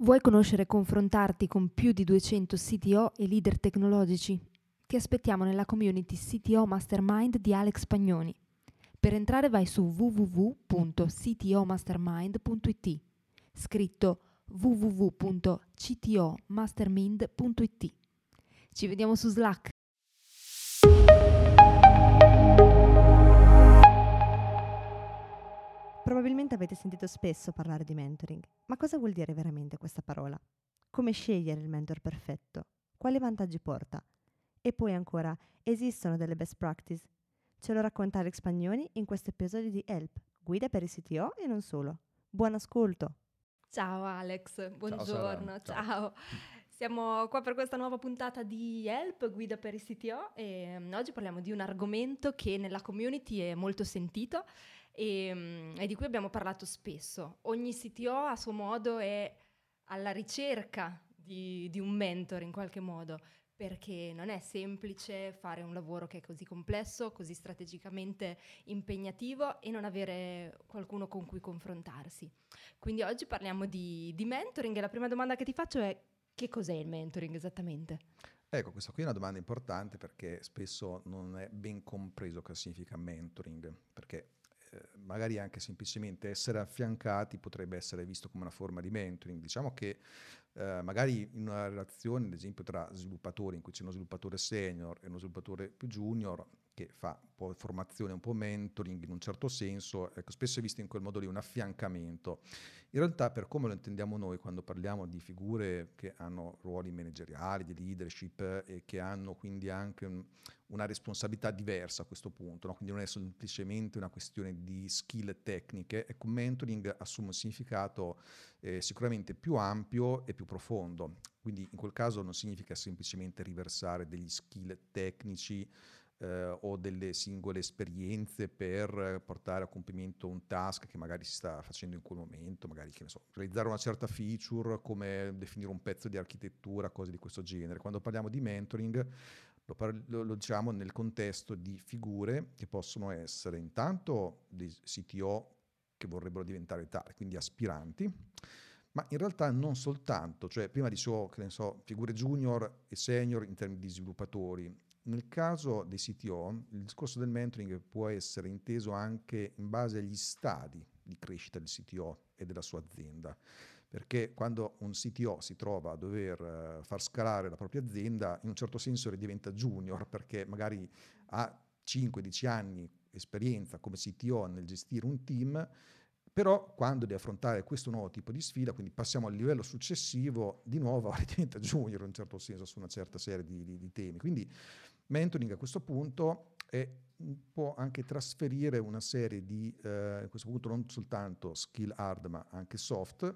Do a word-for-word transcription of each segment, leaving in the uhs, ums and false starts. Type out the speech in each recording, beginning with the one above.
Vuoi conoscere e confrontarti con più di duecento C T O e leader tecnologici? Ti aspettiamo nella community C T O Mastermind di Alex Pagnoni. Per entrare vai su w w w punto c t o mastermind punto i t, scritto w w w punto c t o mastermind punto i t. Ci vediamo su Slack! Probabilmente avete sentito spesso parlare di mentoring, ma cosa vuol dire veramente questa parola? Come scegliere il mentor perfetto? Quali vantaggi porta? E poi ancora, esistono delle best practice? Ce lo racconta Alex Pagnoni in questo episodio di Help, guida per i C T O e non solo. Buon ascolto! Ciao Alex, Ciao Sara, buongiorno, ciao. ciao. Siamo qua per questa nuova puntata di Help, guida per i C T O e um, oggi parliamo di un argomento che nella community è molto sentito e, um, e di cui abbiamo parlato spesso. Ogni C T O a suo modo è alla ricerca di, di un mentor in qualche modo, perché non è semplice fare un lavoro che è così complesso, così strategicamente impegnativo e non avere qualcuno con cui confrontarsi. Quindi oggi parliamo di, di mentoring e la prima domanda che ti faccio è: che cos'è il mentoring esattamente? Ecco, questa qui è una domanda importante perché spesso non è ben compreso cosa significa mentoring, perché eh, magari anche semplicemente essere affiancati potrebbe essere visto come una forma di mentoring. Diciamo che eh, magari in una relazione, ad esempio tra sviluppatori, in cui c'è uno sviluppatore senior e uno sviluppatore più junior, che fa un po' formazione, un po' mentoring in un certo senso, ecco, spesso è visto in quel modo lì un affiancamento. In realtà, per come lo intendiamo noi quando parliamo di figure che hanno ruoli manageriali, di leadership eh, e che hanno quindi anche un, una responsabilità diversa a questo punto, no? Quindi non è semplicemente una questione di skill tecniche, ecco, mentoring assume un significato eh, sicuramente più ampio e più profondo. Quindi in quel caso non significa semplicemente riversare degli skill tecnici eh, o delle singole esperienze per portare a compimento un task che magari si sta facendo in quel momento, magari che ne so, realizzare una certa feature, come definire un pezzo di architettura, cose di questo genere. Quando parliamo di mentoring lo, par- lo, lo diciamo nel contesto di figure che possono essere intanto dei C T O che vorrebbero diventare tali, quindi aspiranti, ma in realtà non soltanto, cioè prima dicevo che ne so, figure junior e senior in termini di sviluppatori. Nel caso dei C T O, il discorso del mentoring può essere inteso anche in base agli stadi di crescita del C T O e della sua azienda, perché quando un C T O si trova a dover uh, far scalare la propria azienda, in un certo senso diventa junior, perché magari ha cinque dieci anni esperienza come C T O nel gestire un team, però quando deve affrontare questo nuovo tipo di sfida, quindi passiamo al livello successivo, di nuovo diventa junior in un certo senso su una certa serie di, di, di temi. Quindi mentoring a questo punto è, può anche trasferire una serie di, eh, a questo punto non soltanto skill hard ma anche soft,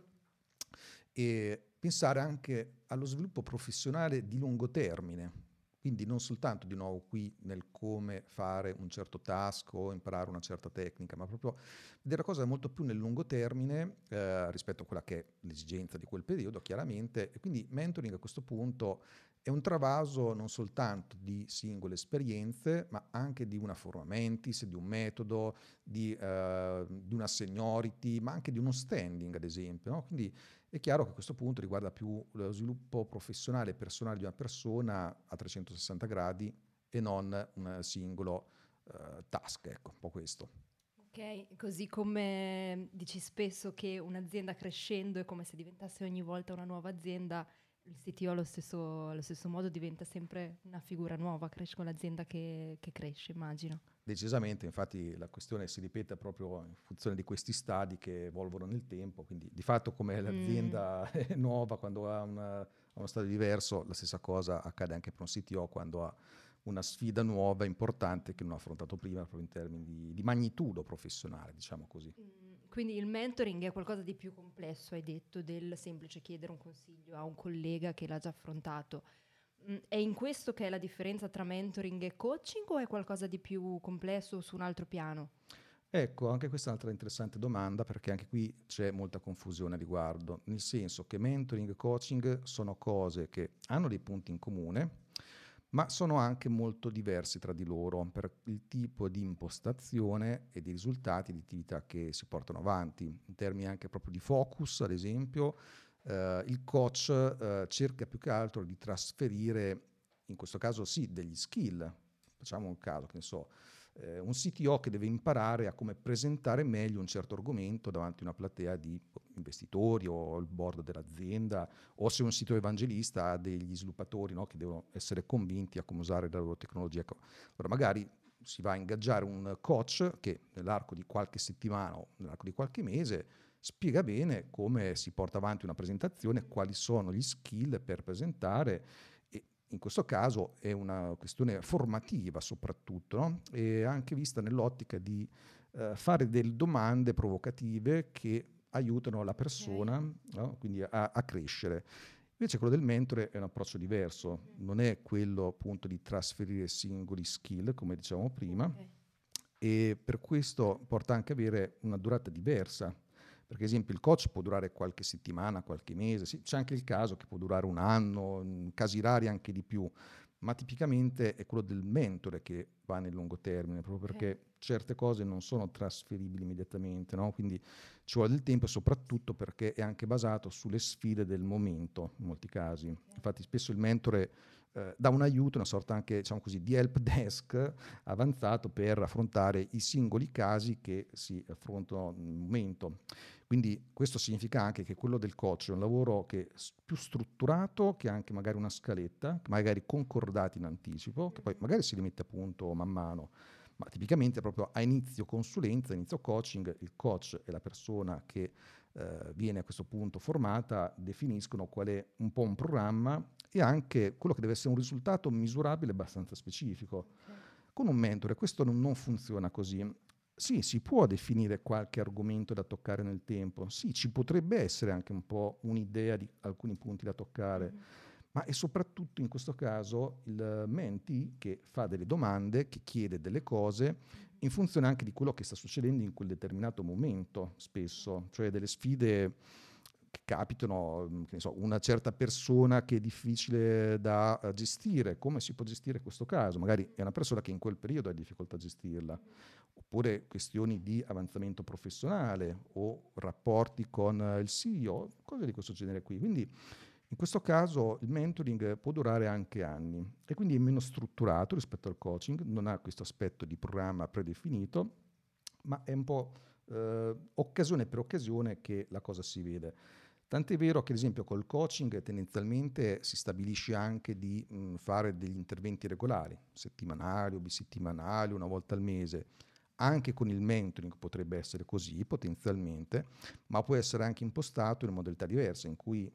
e pensare anche allo sviluppo professionale di lungo termine. Quindi non soltanto di nuovo qui nel come fare un certo task o imparare una certa tecnica, ma proprio vedere la cosa molto più nel lungo termine eh, rispetto a quella che è l'esigenza di quel periodo, chiaramente. E quindi mentoring a questo punto è un travaso non soltanto di singole esperienze, ma anche di una forma mentis, di un metodo, di, eh, di una seniority, ma anche di uno standing, ad esempio. No? Quindi è chiaro che a questo punto riguarda più lo sviluppo professionale e personale di una persona a trecentosessanta gradi e non un singolo uh, task, ecco, un po' questo. Ok, così come dici spesso che un'azienda crescendo è come se diventasse ogni volta una nuova azienda, il C T O allo stesso, allo stesso modo diventa sempre una figura nuova, cresce con l'azienda che, che cresce, immagino. Decisamente, infatti la questione si ripete proprio in funzione di questi stadi che evolvono nel tempo, quindi di fatto come l'azienda mm. è nuova quando ha una, uno stadio diverso, la stessa cosa accade anche per un C T O quando ha una sfida nuova, importante, che non ha affrontato prima, proprio in termini di, di magnitudo professionale, diciamo così. Mm, quindi il mentoring è qualcosa di più complesso, hai detto, del semplice chiedere un consiglio a un collega che l'ha già affrontato. Mm, è in questo che è la differenza tra mentoring e coaching o è qualcosa di più complesso su un altro piano? Ecco, anche questa è un'altra interessante domanda, perché anche qui c'è molta confusione a riguardo, nel senso che mentoring e coaching sono cose che hanno dei punti in comune, ma sono anche molto diversi tra di loro per il tipo di impostazione e di risultati di attività che si portano avanti, in termini anche proprio di focus, ad esempio, Uh, il coach uh, cerca più che altro di trasferire, in questo caso sì, degli skill. Facciamo un caso, che ne so, eh, un C T O che deve imparare a come presentare meglio un certo argomento davanti a una platea di investitori o il board dell'azienda, o se un sito evangelista ha degli sviluppatori, no, che devono essere convinti a come usare la loro tecnologia. Allora magari si va a ingaggiare un coach che nell'arco di qualche settimana o nell'arco di qualche mese spiega bene come si porta avanti una presentazione, quali sono gli skill per presentare. In questo caso è una questione formativa soprattutto, no? E anche vista nell'ottica di eh, fare delle domande provocative che aiutano la persona, okay, no? Quindi a, a crescere. Invece quello del mentore è un approccio diverso, non è quello appunto di trasferire singoli skill, come dicevamo prima, okay, e per questo porta anche a avere una durata diversa. Perché, ad esempio, il coach può durare qualche settimana, qualche mese, sì, c'è anche il caso che può durare un anno, in casi rari anche di più, ma tipicamente è quello del mentore che va nel lungo termine, proprio perché okay, certe cose non sono trasferibili immediatamente, no? Quindi ci vuole del tempo, soprattutto perché è anche basato sulle sfide del momento, in molti casi. Okay. Infatti spesso il mentore eh, dà un aiuto, una sorta anche, diciamo così, di help desk avanzato per affrontare i singoli casi che si affrontano nel momento. Quindi questo significa anche che quello del coach è un lavoro che è più strutturato, che ha anche magari una scaletta, magari concordati in anticipo, che poi magari si rimette a punto man mano, ma tipicamente proprio a inizio consulenza, a inizio coaching, il coach e la persona che eh, viene a questo punto formata definiscono qual è un po' un programma e anche quello che deve essere un risultato misurabile abbastanza specifico. Okay. Con un mentore questo non, non funziona così. Sì, si può definire qualche argomento da toccare nel tempo, sì, ci potrebbe essere anche un po' un'idea di alcuni punti da toccare, mm-hmm, ma è soprattutto in questo caso il mentee che fa delle domande, che chiede delle cose in funzione anche di quello che sta succedendo in quel determinato momento, spesso, cioè delle sfide che capitano, che ne so, una certa persona che è difficile da gestire, come si può gestire questo caso? Magari è una persona che in quel periodo ha difficoltà a gestirla, oppure questioni di avanzamento professionale o rapporti con il C E O, cose di questo genere qui. Quindi in questo caso il mentoring può durare anche anni e quindi è meno strutturato rispetto al coaching, non ha questo aspetto di programma predefinito, ma è un po' eh, occasione per occasione che la cosa si vede. Tant'è vero che, ad esempio, col coaching tendenzialmente si stabilisce anche di mh, fare degli interventi regolari, settimanali o bisettimanali, una volta al mese. Anche con il mentoring potrebbe essere così, potenzialmente, ma può essere anche impostato in modalità diversa, in cui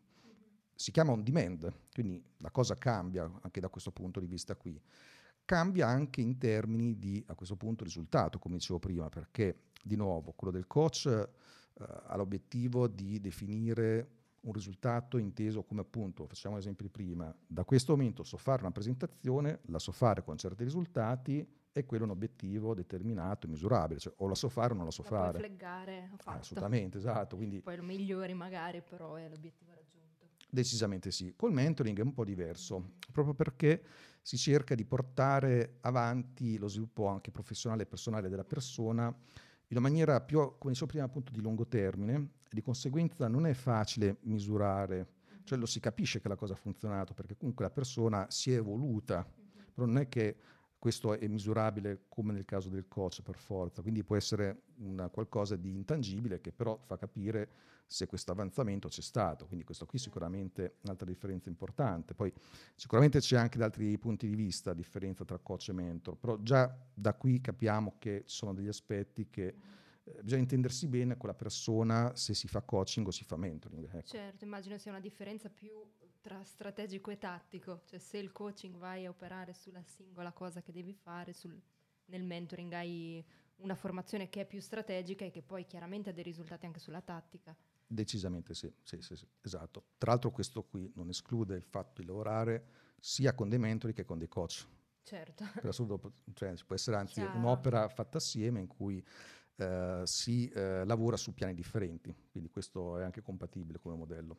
si chiama on demand, quindi la cosa cambia anche da questo punto di vista qui. Cambia anche in termini di, a questo punto, risultato, come dicevo prima, perché, di nuovo, quello del coach eh, ha l'obiettivo di definire un risultato inteso come, appunto, facciamo l'esempio di prima, da questo momento so fare una presentazione, la so fare con certi risultati, e quello è un obiettivo determinato e misurabile, cioè o la so fare o non la so la fare. Puoi fleggare, ho fatto. Assolutamente, esatto. Quindi poi lo migliori magari, però è l'obiettivo raggiunto. Decisamente sì. Col mentoring è un po' diverso, proprio perché si cerca di portare avanti lo sviluppo anche professionale e personale della persona in una maniera più, come dicevo prima, appunto di lungo termine, e di conseguenza non è facile misurare, cioè lo si capisce che la cosa ha funzionato, perché comunque la persona si è evoluta, però non è che questo è misurabile come nel caso del coach per forza, quindi può essere una qualcosa di intangibile che però fa capire se questo avanzamento c'è stato, quindi questo qui sicuramente è un'altra differenza importante. Poi sicuramente c'è anche da altri punti di vista differenza tra coach e mentor, però già da qui capiamo che ci sono degli aspetti che eh, bisogna intendersi bene con la persona se si fa coaching o si fa mentoring. Ecco. Certo, immagino sia una differenza più tra strategico e tattico, cioè se il coaching vai a operare sulla singola cosa che devi fare, sul, nel mentoring hai una formazione che è più strategica e che poi chiaramente ha dei risultati anche sulla tattica. Decisamente sì, sì, sì, sì, esatto. Tra l'altro questo qui non esclude il fatto di lavorare sia con dei mentori che con dei coach. Certo. Per assurdo, cioè, può essere anzi Chiaro. un'opera fatta assieme in cui eh, si eh, lavora su piani differenti, quindi questo è anche compatibile come modello.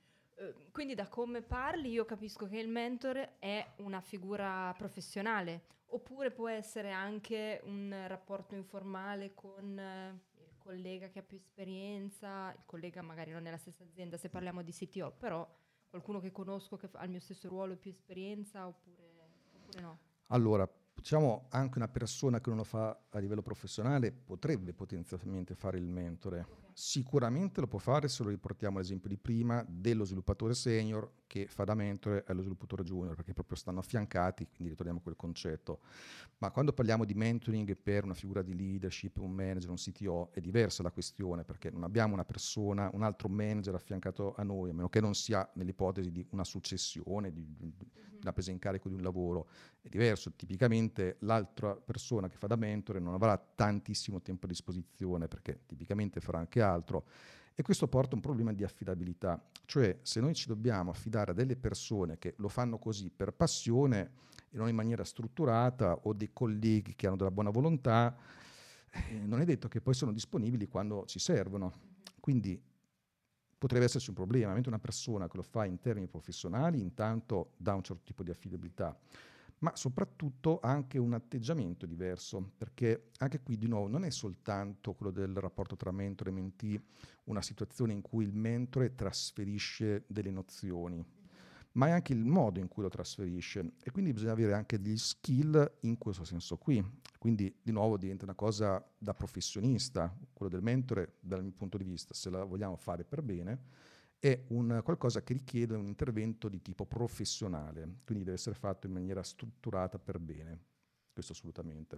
Uh, quindi da come parli io capisco che il mentore è una figura professionale, oppure può essere anche un rapporto informale con uh, il collega che ha più esperienza, il collega magari non è la stessa azienda se parliamo di C T O, però qualcuno che conosco che fa il mio stesso ruolo e più esperienza oppure, oppure no? Allora, diciamo anche una persona che non lo fa a livello professionale potrebbe potenzialmente fare il mentore. Ok. Sicuramente lo può fare se lo riportiamo all'esempio di prima dello sviluppatore senior che fa da mentore allo sviluppatore junior, perché proprio stanno affiancati, quindi ritorniamo a quel concetto. Ma quando parliamo di mentoring per una figura di leadership, un manager, un C T O, è diversa la questione, perché non abbiamo una persona, un altro manager affiancato a noi, a meno che non sia nell'ipotesi di una successione, di, di una presa in carico di un lavoro. È diverso, tipicamente l'altra persona che fa da mentore non avrà tantissimo tempo a disposizione, perché tipicamente farà anche altro, e questo porta a un problema di affidabilità. Cioè, se noi ci dobbiamo affidare a delle persone che lo fanno così per passione e non in maniera strutturata, o dei colleghi che hanno della buona volontà, eh, non è detto che poi sono disponibili quando ci servono. Quindi potrebbe esserci un problema, mentre una persona che lo fa in termini professionali intanto dà un certo tipo di affidabilità, ma soprattutto ha anche un atteggiamento diverso, perché anche qui di nuovo non è soltanto quello del rapporto tra mentore e mentee una situazione in cui il mentore trasferisce delle nozioni, ma è anche il modo in cui lo trasferisce, e quindi bisogna avere anche degli skill in questo senso qui. Quindi di nuovo diventa una cosa da professionista, quello del mentore dal mio punto di vista, se la vogliamo fare per bene, è un qualcosa che richiede un intervento di tipo professionale, quindi deve essere fatto in maniera strutturata per bene, questo assolutamente.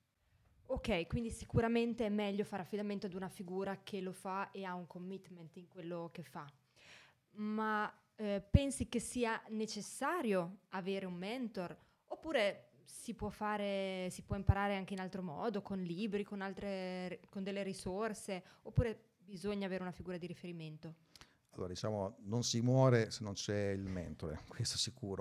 Ok, quindi sicuramente è meglio fare affidamento ad una figura che lo fa e ha un commitment in quello che fa. Ma eh, pensi che sia necessario avere un mentor? Oppure si può fare, si può imparare anche in altro modo, con libri, con altre, con delle risorse? Oppure bisogna avere una figura di riferimento? Allora, diciamo, non si muore se non c'è il mentore, questo sicuro.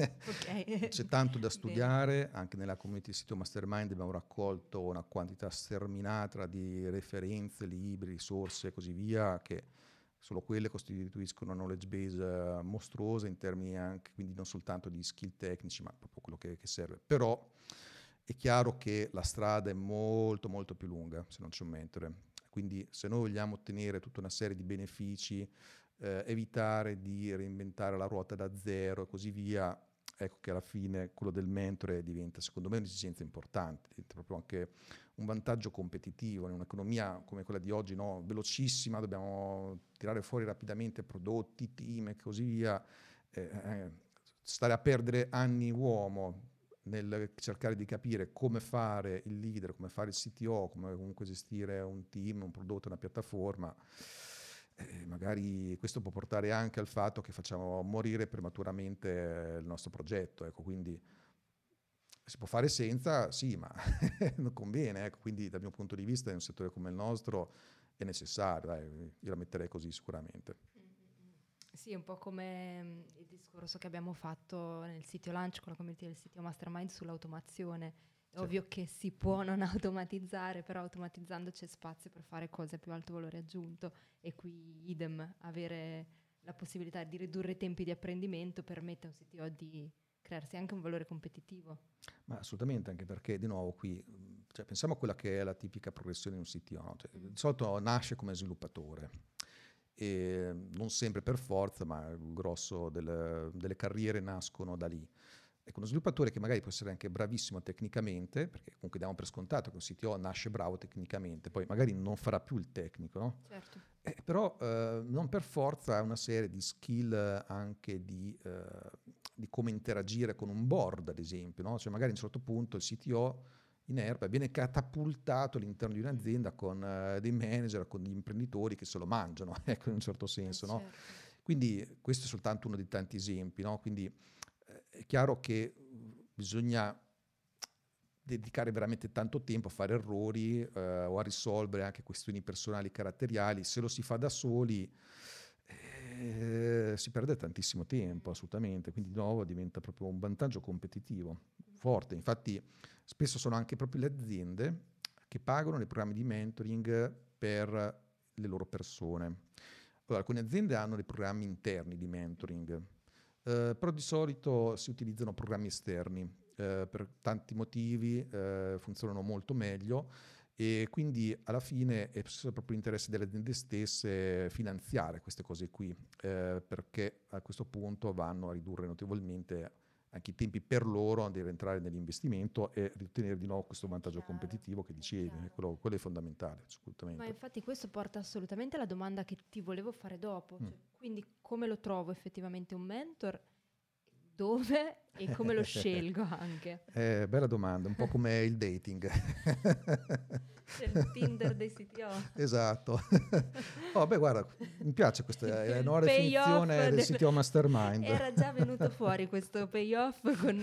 Ok. C'è tanto da Bene. studiare, anche nella community sito Mastermind abbiamo raccolto una quantità sterminata di referenze, libri, risorse e così via, che solo quelle costituiscono una knowledge base mostruosa in termini anche, quindi non soltanto di skill tecnici, ma proprio quello che, che serve. Però è chiaro che la strada è molto molto più lunga se non c'è un mentore. Quindi se noi vogliamo ottenere tutta una serie di benefici, eh, evitare di reinventare la ruota da zero e così via, ecco che alla fine quello del mentore diventa secondo me un'esigenza importante, diventa proprio anche un vantaggio competitivo in un'economia come quella di oggi, no? Velocissima, dobbiamo tirare fuori rapidamente prodotti, team e così via, eh, eh, stare a perdere anni uomo nel cercare di capire come fare il leader, come fare il C T O, come comunque gestire un team, un prodotto, una piattaforma. Eh, magari questo può portare anche al fatto che facciamo morire prematuramente il nostro progetto, ecco, quindi si può fare senza, sì, ma non conviene, ecco, quindi dal mio punto di vista in un settore come il nostro è necessario, dai, io la metterei così sicuramente. Sì, un po' come mm, il discorso che abbiamo fatto nel sito Launch con la community del sito Mastermind sull'automazione. È Sì. ovvio che si può non automatizzare, però automatizzando c'è spazio per fare cose a più alto valore aggiunto, e qui idem, avere la possibilità di ridurre i tempi di apprendimento permette a un C T O di crearsi anche un valore competitivo. Ma assolutamente, anche perché di nuovo qui, cioè, pensiamo a quella che è la tipica progressione di un C T O, no? Cioè, di solito nasce come sviluppatore, e non sempre per forza, ma il grosso delle, delle carriere nascono da lì. Ecco, uno sviluppatore che magari può essere anche bravissimo tecnicamente, perché comunque diamo per scontato che un C T O nasce bravo tecnicamente, poi magari non farà più il tecnico, no? Certo. Eh, però eh, non per forza ha una serie di skill anche di, eh, di come interagire con un board, ad esempio, no? Cioè magari a un certo punto il C T O in erba viene catapultato all'interno di un'azienda con eh, dei manager, con degli imprenditori che se lo mangiano, ecco, in un certo senso, Eh, no? certo. Quindi questo è soltanto uno dei tanti esempi, no? Quindi eh, è chiaro che bisogna dedicare veramente tanto tempo a fare errori eh, o a risolvere anche questioni personali caratteriali. Se lo si fa da soli eh, si perde tantissimo tempo, assolutamente, quindi di nuovo diventa proprio un vantaggio competitivo forte. Infatti spesso sono anche proprio le aziende che pagano dei programmi di mentoring per le loro persone. Allora, alcune aziende hanno dei programmi interni di mentoring, eh, però di solito si utilizzano programmi esterni. Eh, per tanti motivi eh, funzionano molto meglio E quindi alla fine è proprio interesse delle aziende stesse finanziare queste cose qui, eh, perché a questo punto vanno a ridurre notevolmente anche i tempi per loro di entrare nell'investimento e ottenere di nuovo questo vantaggio Chiaro, competitivo che è dicevi, chiaro. quello, quello è fondamentale, Ma assolutamente. infatti questo porta assolutamente alla domanda che ti volevo fare dopo, Mm. cioè, quindi come lo trovo effettivamente un mentor, dove e come lo scelgo anche. Eh, bella domanda, un po' come il dating. C'è il Tinder dei C T O. Esatto. Oh, beh, guarda, mi piace questa è la Il nuova payoff definizione del del- C T O Mastermind. Era già venuto fuori questo payoff con,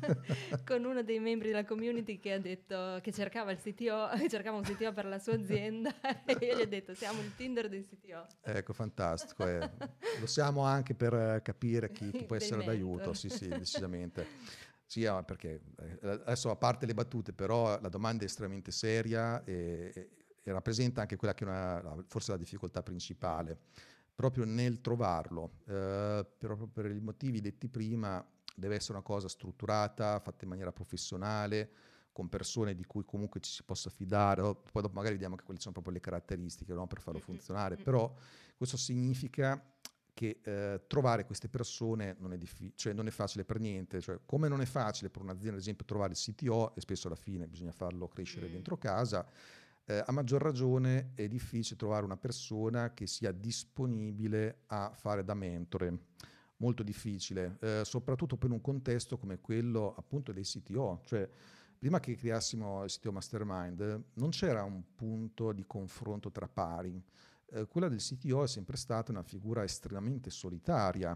con uno dei membri della community che ha detto che cercava il C T O, cercava un C T O per la sua azienda e io gli ho detto siamo il Tinder dei C T O. Ecco, fantastico. eh. Lo siamo anche per eh, capire chi, chi può Dei essere mentor. d'aiuto, sì, sì, decisamente. Sì, ah, perché eh, adesso a parte le battute, però la domanda è estremamente seria e, e- e rappresenta anche quella che è una, la- forse la difficoltà principale, proprio nel trovarlo, eh, proprio per i motivi detti prima, deve essere una cosa strutturata, fatta in maniera professionale, con persone di cui comunque ci si possa fidare, o- poi dopo magari vediamo che quali sono proprio le caratteristiche, no, per farlo Mm, mm, funzionare, mm, mm. però questo significa che eh, trovare queste persone non è, diffi- cioè non è facile per niente, cioè, come non è facile per un'azienda ad esempio trovare il C T O e spesso alla fine bisogna farlo crescere Mm. dentro casa, eh, a maggior ragione è difficile trovare una persona che sia disponibile a fare da mentore, molto difficile, eh, soprattutto per un contesto come quello appunto dei C T O, cioè prima che creassimo il C T O Mastermind non c'era un punto di confronto tra pari. Eh, quella del C T O è sempre stata una figura estremamente solitaria.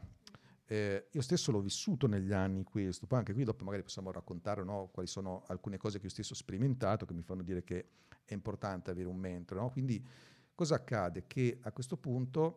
Eh, io stesso l'ho vissuto negli anni questo, poi anche qui dopo magari possiamo raccontare, no, quali sono alcune cose che io stesso ho sperimentato che mi fanno dire che è importante avere un mentore. No? Quindi cosa accade? Che a questo punto,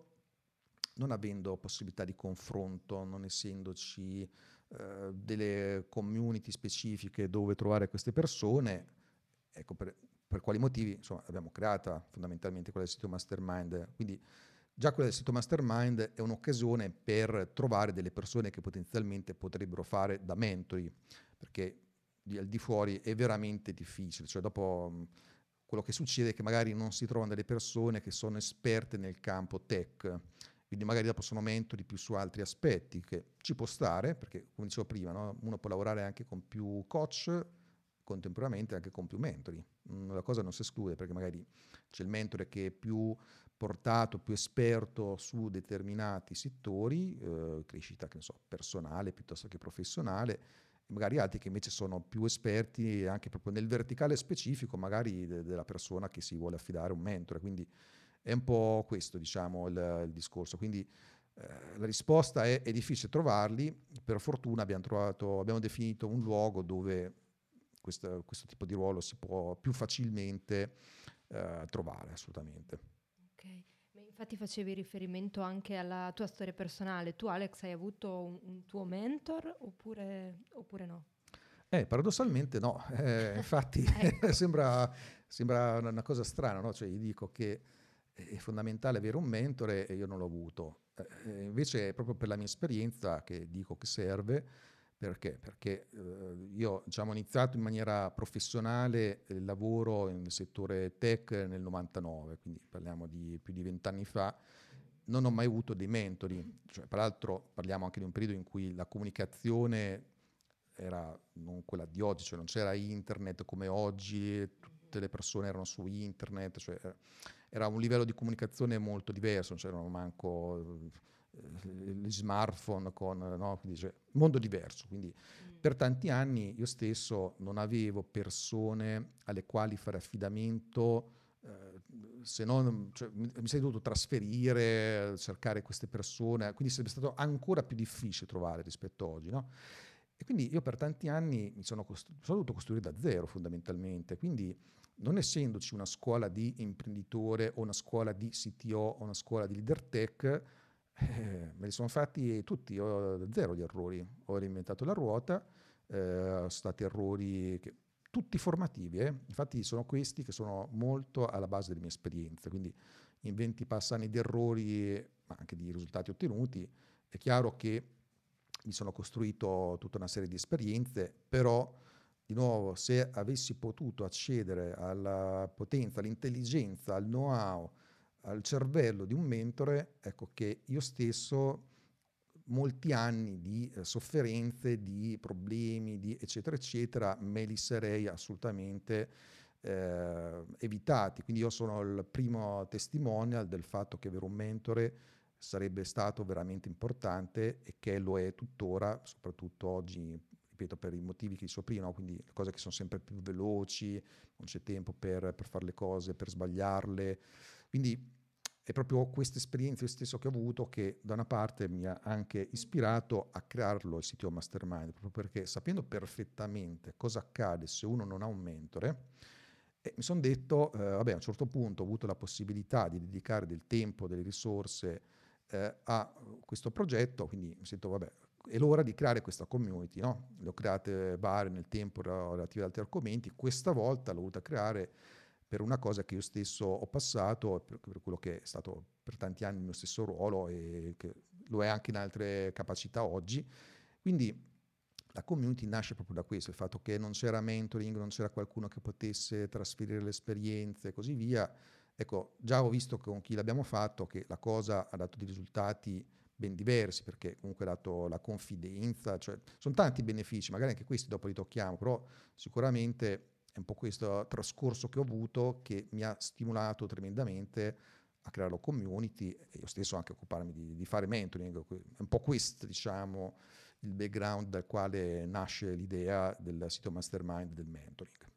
non avendo possibilità di confronto, non essendoci eh, delle community specifiche dove trovare queste persone, ecco per, per quali motivi insomma, l'abbiamo creata fondamentalmente quella del sito Mastermind. Quindi già quella del sito Mastermind è un'occasione per trovare delle persone che potenzialmente potrebbero fare da mentori, perché di, al di fuori è veramente difficile, cioè dopo mh, quello che succede è che magari non si trovano delle persone che sono esperte nel campo tech, quindi magari dopo sono mentori più su altri aspetti, che ci può stare, perché come dicevo prima, no? Uno può lavorare anche con più coach, contemporaneamente anche con più mentori. Mm, La cosa non si esclude perché magari c'è il mentore che è più portato, più esperto su determinati settori, eh, crescita che ne so, personale piuttosto che professionale, e magari altri che invece sono più esperti anche proprio nel verticale specifico, magari de- della persona che si vuole affidare un mentore. Quindi è un po' questo, diciamo, il, il discorso. Quindi eh, la risposta è, è difficile trovarli, per fortuna abbiamo, trovato, abbiamo definito un luogo dove questo, questo tipo di ruolo si può più facilmente eh, trovare, assolutamente. Ok, ma infatti facevi riferimento anche alla tua storia personale. Tu Alex hai avuto un, un tuo mentor oppure, oppure no? Eh, paradossalmente no, eh, infatti Ecco. sembra, sembra una, una cosa strana, no? Cioè, gli dico che è fondamentale avere un mentore e io non l'ho avuto. Eh, invece è proprio per la mia esperienza che dico che serve. Perché? Perché eh, io diciamo, ho iniziato in maniera professionale il lavoro nel settore tech nel novantanove, quindi parliamo di più di vent'anni fa. Non ho mai avuto dei mentori, cioè, tra l'altro parliamo anche di un periodo in cui la comunicazione era non quella di oggi, cioè non c'era internet come oggi, tutte le persone erano su internet, cioè era un livello di comunicazione molto diverso, non c'erano manco eh, gli smartphone con, no? Quindi, cioè, mondo diverso. Quindi per tanti anni io stesso non avevo persone alle quali fare affidamento, eh, se non, cioè, mi, mi sei dovuto trasferire, cercare queste persone, quindi sarebbe stato ancora più difficile trovare rispetto a oggi, no? E quindi io per tanti anni mi sono, costru- sono dovuto costruire da zero fondamentalmente, quindi non essendoci una scuola di imprenditore o una scuola di C T O o una scuola di leader tech, eh, me li sono fatti tutti, ho da zero di errori, ho reinventato la ruota, eh, sono stati errori che, tutti formativi, eh. Infatti sono questi che sono molto alla base delle mie esperienze, quindi in venti passi anni di errori, ma anche di risultati ottenuti, è chiaro che mi sono costruito tutta una serie di esperienze, però di nuovo, se avessi potuto accedere alla potenza, all'intelligenza, al know-how, al cervello di un mentore, ecco che io stesso molti anni di eh, sofferenze, di problemi, di eccetera, eccetera, me li sarei assolutamente eh, evitati. Quindi io sono il primo testimonial del fatto che avere un mentore sarebbe stato veramente importante e che lo è tuttora, soprattutto oggi, ripeto, per i motivi che dicevo prima, no? Quindi le cose che sono sempre più veloci, non c'è tempo per, per fare le cose, per sbagliarle. Quindi è proprio questa esperienza io stesso che ho avuto che da una parte mi ha anche ispirato a crearlo il C T O Mastermind, proprio perché sapendo perfettamente cosa accade se uno non ha un mentore, eh, mi sono detto, eh, vabbè, a un certo punto ho avuto la possibilità di dedicare del tempo, delle risorse eh, a questo progetto, quindi mi sento, vabbè, è l'ora di creare questa community, no? Le ho create varie nel tempo relative ad altri argomenti, questa volta l'ho voluta creare per una cosa che io stesso ho passato, per, per quello che è stato per tanti anni il mio stesso ruolo e che lo è anche in altre capacità oggi. Quindi la community nasce proprio da questo, il fatto che non c'era mentoring, non c'era qualcuno che potesse trasferire le esperienze e così via. Ecco, già ho visto con chi l'abbiamo fatto che la cosa ha dato dei risultati ben diversi, perché comunque ha dato la confidenza, cioè sono tanti benefici, magari anche questi dopo li tocchiamo, però sicuramente è un po' questo trascorso che ho avuto che mi ha stimolato tremendamente a creare la community e io stesso anche occuparmi di, di fare mentoring. È un po' questo, diciamo, il background dal quale nasce l'idea del sito mastermind del mentoring.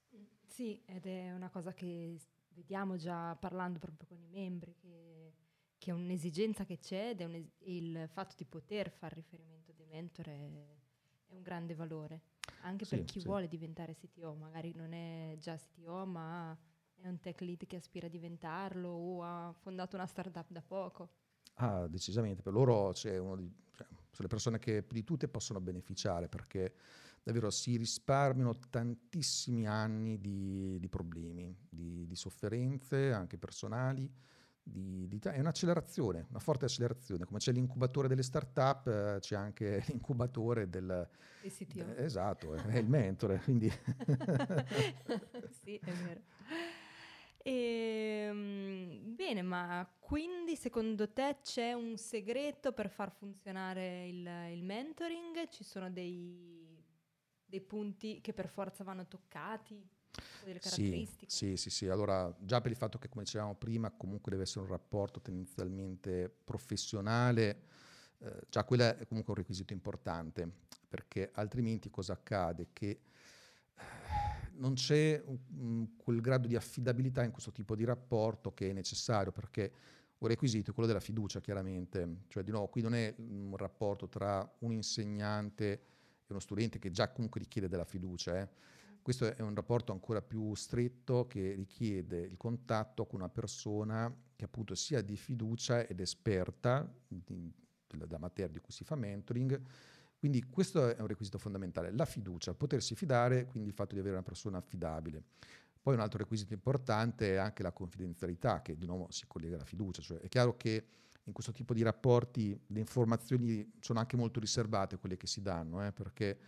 Sì, ed è una cosa che vediamo già parlando proprio con i membri, che, che è un'esigenza che c'è ed è un, il fatto di poter fare riferimento dei mentor è, è un grande valore. Anche Sì, per chi sì. vuole diventare C T O, magari non è già C T O, ma è un tech lead che aspira a diventarlo o ha fondato una startup da poco. Ah, decisamente, per loro c'è uno di, cioè, sono le persone che più di tutte possono beneficiare perché davvero si risparmiano tantissimi anni di, di problemi, di, di sofferenze anche personali. Di, di, è un'accelerazione, una forte accelerazione. Come c'è l'incubatore delle start-up, eh, c'è anche l'incubatore del... Il C T O. Eh, esatto, è, è il mentore, quindi... Sì, è vero. E, bene, ma quindi secondo te c'è un segreto per far funzionare il, il mentoring? Ci sono dei, dei punti che per forza vanno toccati? Delle Sì, caratteristiche? sì, sì, sì. Allora, già per il fatto che, come dicevamo prima, comunque deve essere un rapporto tendenzialmente professionale, eh, già quello è comunque un requisito importante, perché altrimenti cosa accade? Che eh, non c'è um, quel grado di affidabilità in questo tipo di rapporto che è necessario, perché un requisito è quello della fiducia, chiaramente. Cioè, di nuovo, qui non è un rapporto tra un insegnante e uno studente che già comunque richiede della fiducia, eh. Questo è un rapporto ancora più stretto che richiede il contatto con una persona che appunto sia di fiducia ed esperta di, della materia di cui si fa mentoring. Quindi questo è un requisito fondamentale, la fiducia, potersi fidare, quindi il fatto di avere una persona affidabile. Poi un altro requisito importante è anche la confidenzialità, che di nuovo si collega alla fiducia. Cioè è chiaro che in questo tipo di rapporti le informazioni sono anche molto riservate, quelle che si danno, eh, perché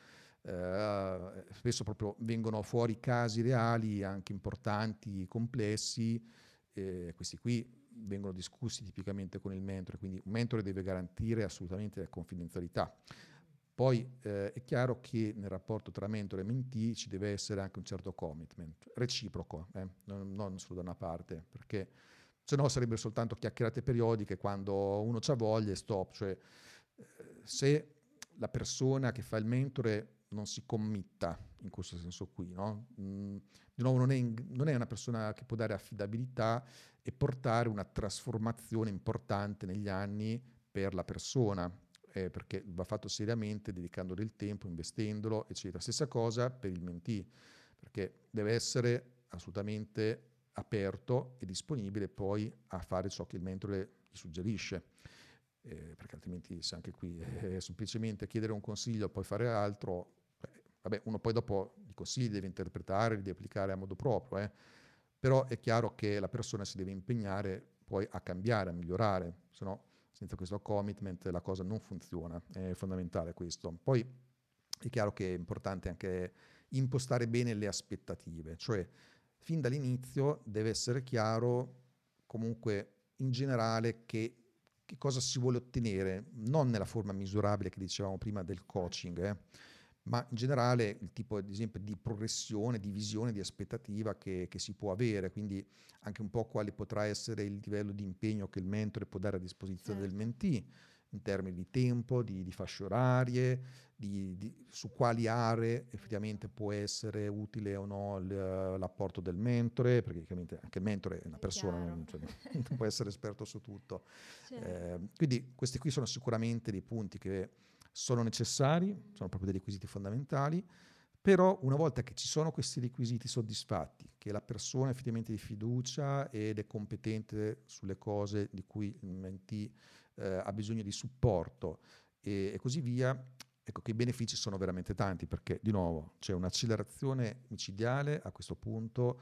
eh, spesso proprio vengono fuori casi reali, anche importanti, complessi, eh, questi qui vengono discussi tipicamente con il mentore, quindi un mentore deve garantire assolutamente la confidenzialità. Poi eh, è chiaro che nel rapporto tra mentore e mentee ci deve essere anche un certo commitment, reciproco, eh? non, non solo da una parte, perché se no sarebbero soltanto chiacchierate periodiche quando uno c'ha voglia e stop. Cioè, eh, se la persona che fa il mentore non si committa in questo senso qui, no? Mm, di nuovo non è, in, non è una persona che può dare affidabilità e portare una trasformazione importante negli anni per la persona, eh, perché va fatto seriamente, dedicando del tempo, investendolo, eccetera. Stessa cosa per il mentee, perché deve essere assolutamente aperto e disponibile poi a fare ciò che il mentore gli suggerisce. Eh, perché altrimenti se anche qui è semplicemente chiedere un consiglio e poi fare altro, beh, vabbè, uno poi dopo i consigli deve interpretare, li deve applicare a modo proprio, eh. Però è chiaro che la persona si deve impegnare poi a cambiare, a migliorare, se no senza questo commitment la cosa non funziona, è fondamentale questo. Poi è chiaro che è importante anche impostare bene le aspettative, cioè fin dall'inizio deve essere chiaro comunque in generale che, che cosa si vuole ottenere, non nella forma misurabile che dicevamo prima del coaching, eh, ma in generale il tipo ad esempio di progressione, di visione, di aspettativa che, che si può avere, quindi anche un po' quale potrà essere il livello di impegno che il mentore può dare a disposizione Certo. del mentee, in termini di tempo, di, di fasce orarie, di, di, su quali aree effettivamente può essere utile o no l- l'apporto del mentore, perché chiaramente anche il mentore è una È persona, chiaro. non, cioè, non può essere esperto su tutto. Certo. Eh, quindi questi qui sono sicuramente dei punti che sono necessari, sono proprio dei requisiti fondamentali, però una volta che ci sono questi requisiti soddisfatti, che la persona è effettivamente di fiducia ed è competente sulle cose di cui il mentee eh, ha bisogno di supporto e, e così via, ecco che i benefici sono veramente tanti, perché di nuovo c'è un'accelerazione micidiale a questo punto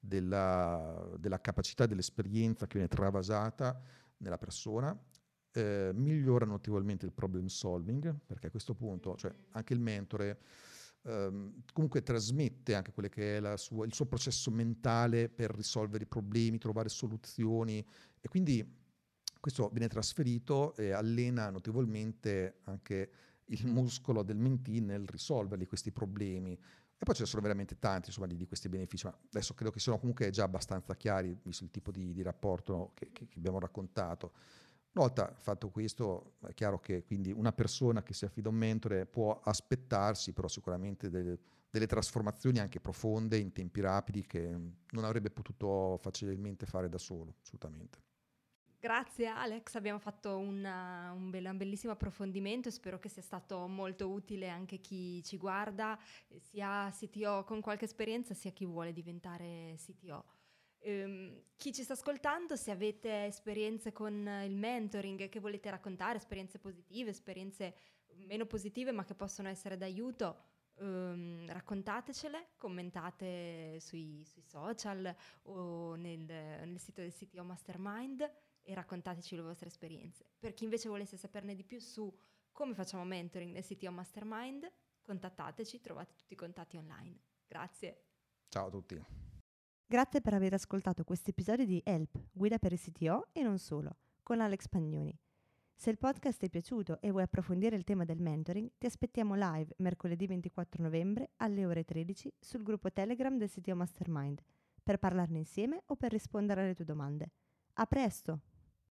della, della capacità dell'esperienza che viene travasata nella persona, eh, migliora notevolmente il problem solving, perché a questo punto, cioè anche il mentore ehm, comunque trasmette anche quello che è la sua, il suo processo mentale per risolvere i problemi, trovare soluzioni, e quindi questo viene trasferito e allena notevolmente anche il muscolo del mentee nel risolverli questi problemi. E poi ce ne sono veramente tanti, insomma, di, di questi benefici, ma adesso credo che siano comunque già abbastanza chiari, visto il tipo di, di rapporto che, che, che abbiamo raccontato. Una volta fatto questo, è chiaro che quindi una persona che si affida a un mentore può aspettarsi però sicuramente delle, delle trasformazioni anche profonde in tempi rapidi che non avrebbe potuto facilmente fare da solo, assolutamente. Grazie Alex, abbiamo fatto una, un, bel, un bellissimo approfondimento e spero che sia stato molto utile anche chi ci guarda, sia C T O con qualche esperienza, sia chi vuole diventare C T O. Um, chi ci sta ascoltando, se avete esperienze con il mentoring che volete raccontare, esperienze positive, esperienze meno positive ma che possono essere d'aiuto, um, raccontatecele, commentate sui, sui social o nel, nel sito del C T O Mastermind e raccontateci le vostre esperienze. Per chi invece volesse saperne di più su come facciamo mentoring nel C T O Mastermind, contattateci, trovate tutti i contatti online. Grazie. Ciao a tutti. Grazie per aver ascoltato questo episodio di Help, guida per il C T O e non solo, con Alex Pagnoni. Se il podcast ti è piaciuto e vuoi approfondire il tema del mentoring, ti aspettiamo live mercoledì ventiquattro novembre alle ore tredici sul gruppo Telegram del C T O Mastermind per parlarne insieme o per rispondere alle tue domande. A presto!